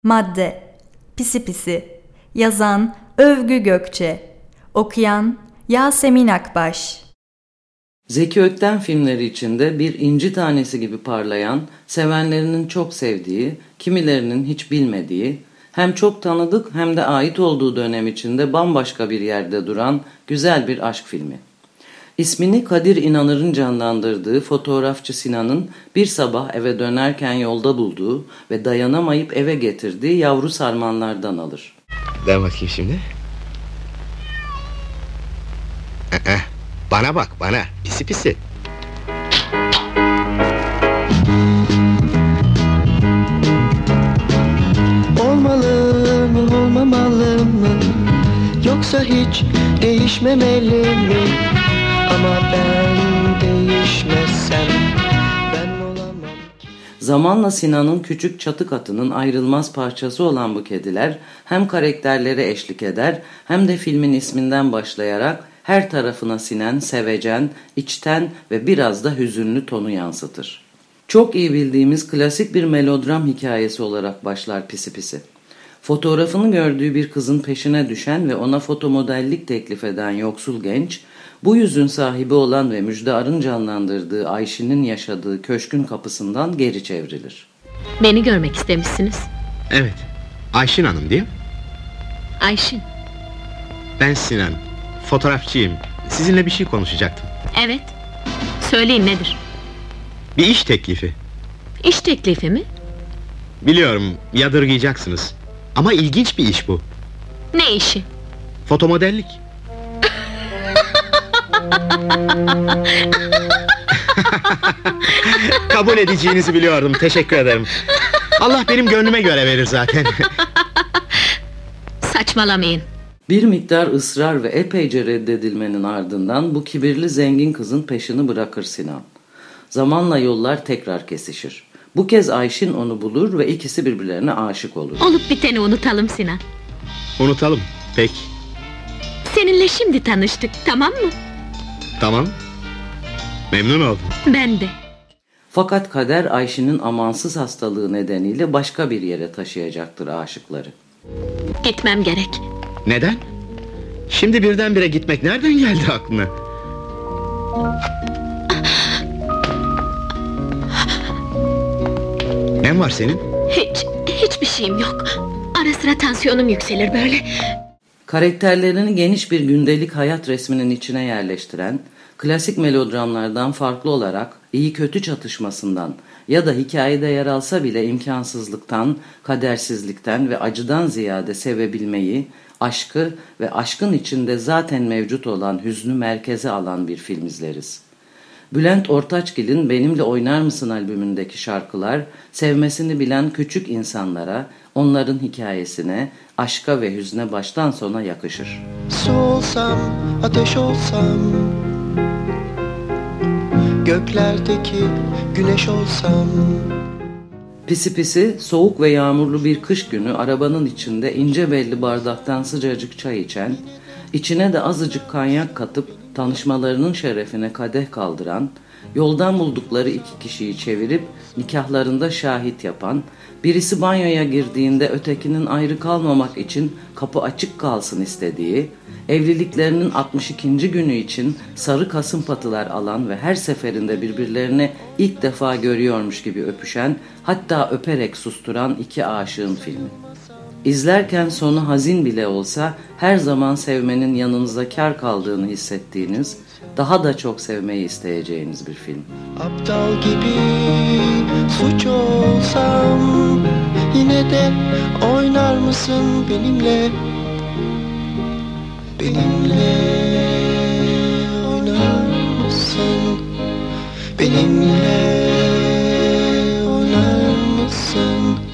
Madde Pisi Pisi. Yazan Övgü Gökçe. Okuyan Yasemin Akbaş. Zeki Ökten filmleri içinde bir inci tanesi gibi parlayan, sevenlerinin çok sevdiği, kimilerinin hiç bilmediği, hem çok tanıdık hem de ait olduğu dönem içinde bambaşka bir yerde duran güzel bir aşk filmi. İsmini Kadir İnanır'ın canlandırdığı fotoğrafçı Sinan'ın bir sabah eve dönerken yolda bulduğu ve dayanamayıp eve getirdiği yavru sarmanlardan alır. Ver bakayım şimdi. Bana bak, bana. Pisi pisi. Olmalı mı, olmamalı mı? Yoksa hiç değişmemeli mi? Ama ben değişmezsem ben olamam ki. Zamanla Sinan'ın küçük çatı katının ayrılmaz parçası olan bu kediler hem karakterlere eşlik eder hem de filmin isminden başlayarak her tarafına sinen, sevecen, içten ve biraz da hüzünlü tonu yansıtır. Çok iyi bildiğimiz klasik bir melodram hikayesi olarak başlar Pisi Pisi. Fotoğrafını gördüğü bir kızın peşine düşen ve ona fotomodellik teklif eden yoksul genç, bu yüzün sahibi olan ve Müjde Ar'ın canlandırdığı Ayşin'in yaşadığı köşkün kapısından geri çevrilir. Beni görmek istemişsiniz. Evet. Ayşin Hanım değil mi? Ayşin. Ben Sinan. Fotoğrafçıyım. Sizinle bir şey konuşacaktım. Evet. Söyleyin nedir? Bir iş teklifi. İş teklifi mi? Biliyorum, yadırgayacaksınız. Ama ilginç bir iş bu. Ne işi? Fotomodellik. Kabul edeceğinizi biliyordum. Teşekkür ederim. Allah benim gönlüme göre verir zaten. Saçmalamayın. Bir miktar ısrar ve epeyce reddedilmenin ardından bu kibirli zengin kızın peşini bırakır Sinan. Zamanla yollar tekrar kesişir. Bu kez Ayşin onu bulur ve ikisi birbirlerine aşık olur. Olup biteni unutalım Sinan. Unutalım. Peki. Seninle şimdi tanıştık, tamam mı? Tamam. Memnun oldum. Ben de. Fakat kader Ayşin'in amansız hastalığı nedeniyle başka bir yere taşıyacaktır aşıkları. Gitmem gerek. Neden? Şimdi birdenbire gitmek nereden geldi aklına? Ne var senin? Hiçbir şeyim yok. Ara sıra tansiyonum yükselir böyle. Karakterlerini geniş bir gündelik hayat resminin içine yerleştiren, klasik melodramlardan farklı olarak iyi kötü çatışmasından ya da hikayede yer alsa bile imkansızlıktan, kadersizlikten ve acıdan ziyade sevebilmeyi, aşkı ve aşkın içinde zaten mevcut olan hüznü merkeze alan bir film izleriz. Bülent Ortaçgil'in Benimle Oynar Mısın albümündeki şarkılar, sevmesini bilen küçük insanlara, onların hikayesine, aşka ve hüzne baştan sona yakışır. Su olsam, ateş olsam, göklerdeki güneş olsam. Pisi Pisi, soğuk ve yağmurlu bir kış günü arabanın içinde ince belli bardaktan sıcacık çay içen, içine de azıcık kanyak katıp tanışmalarının şerefine kadeh kaldıran, yoldan buldukları iki kişiyi çevirip nikahlarında şahit yapan, birisi banyoya girdiğinde ötekinin ayrı kalmamak için kapı açık kalsın istediği, evliliklerinin 62. günü için sarı kasımpatılar alan ve her seferinde birbirlerini ilk defa görüyormuş gibi öpüşen, hatta öperek susturan iki aşığın filmi. İzlerken sonu hazin bile olsa her zaman sevmenin yanınıza kâr kaldığını hissettiğiniz, daha da çok sevmeyi isteyeceğiniz bir film. Aptal gibi suç olsam, yine de oynar mısın benimle? Benimle oynar mısın? Benimle oynar mısın?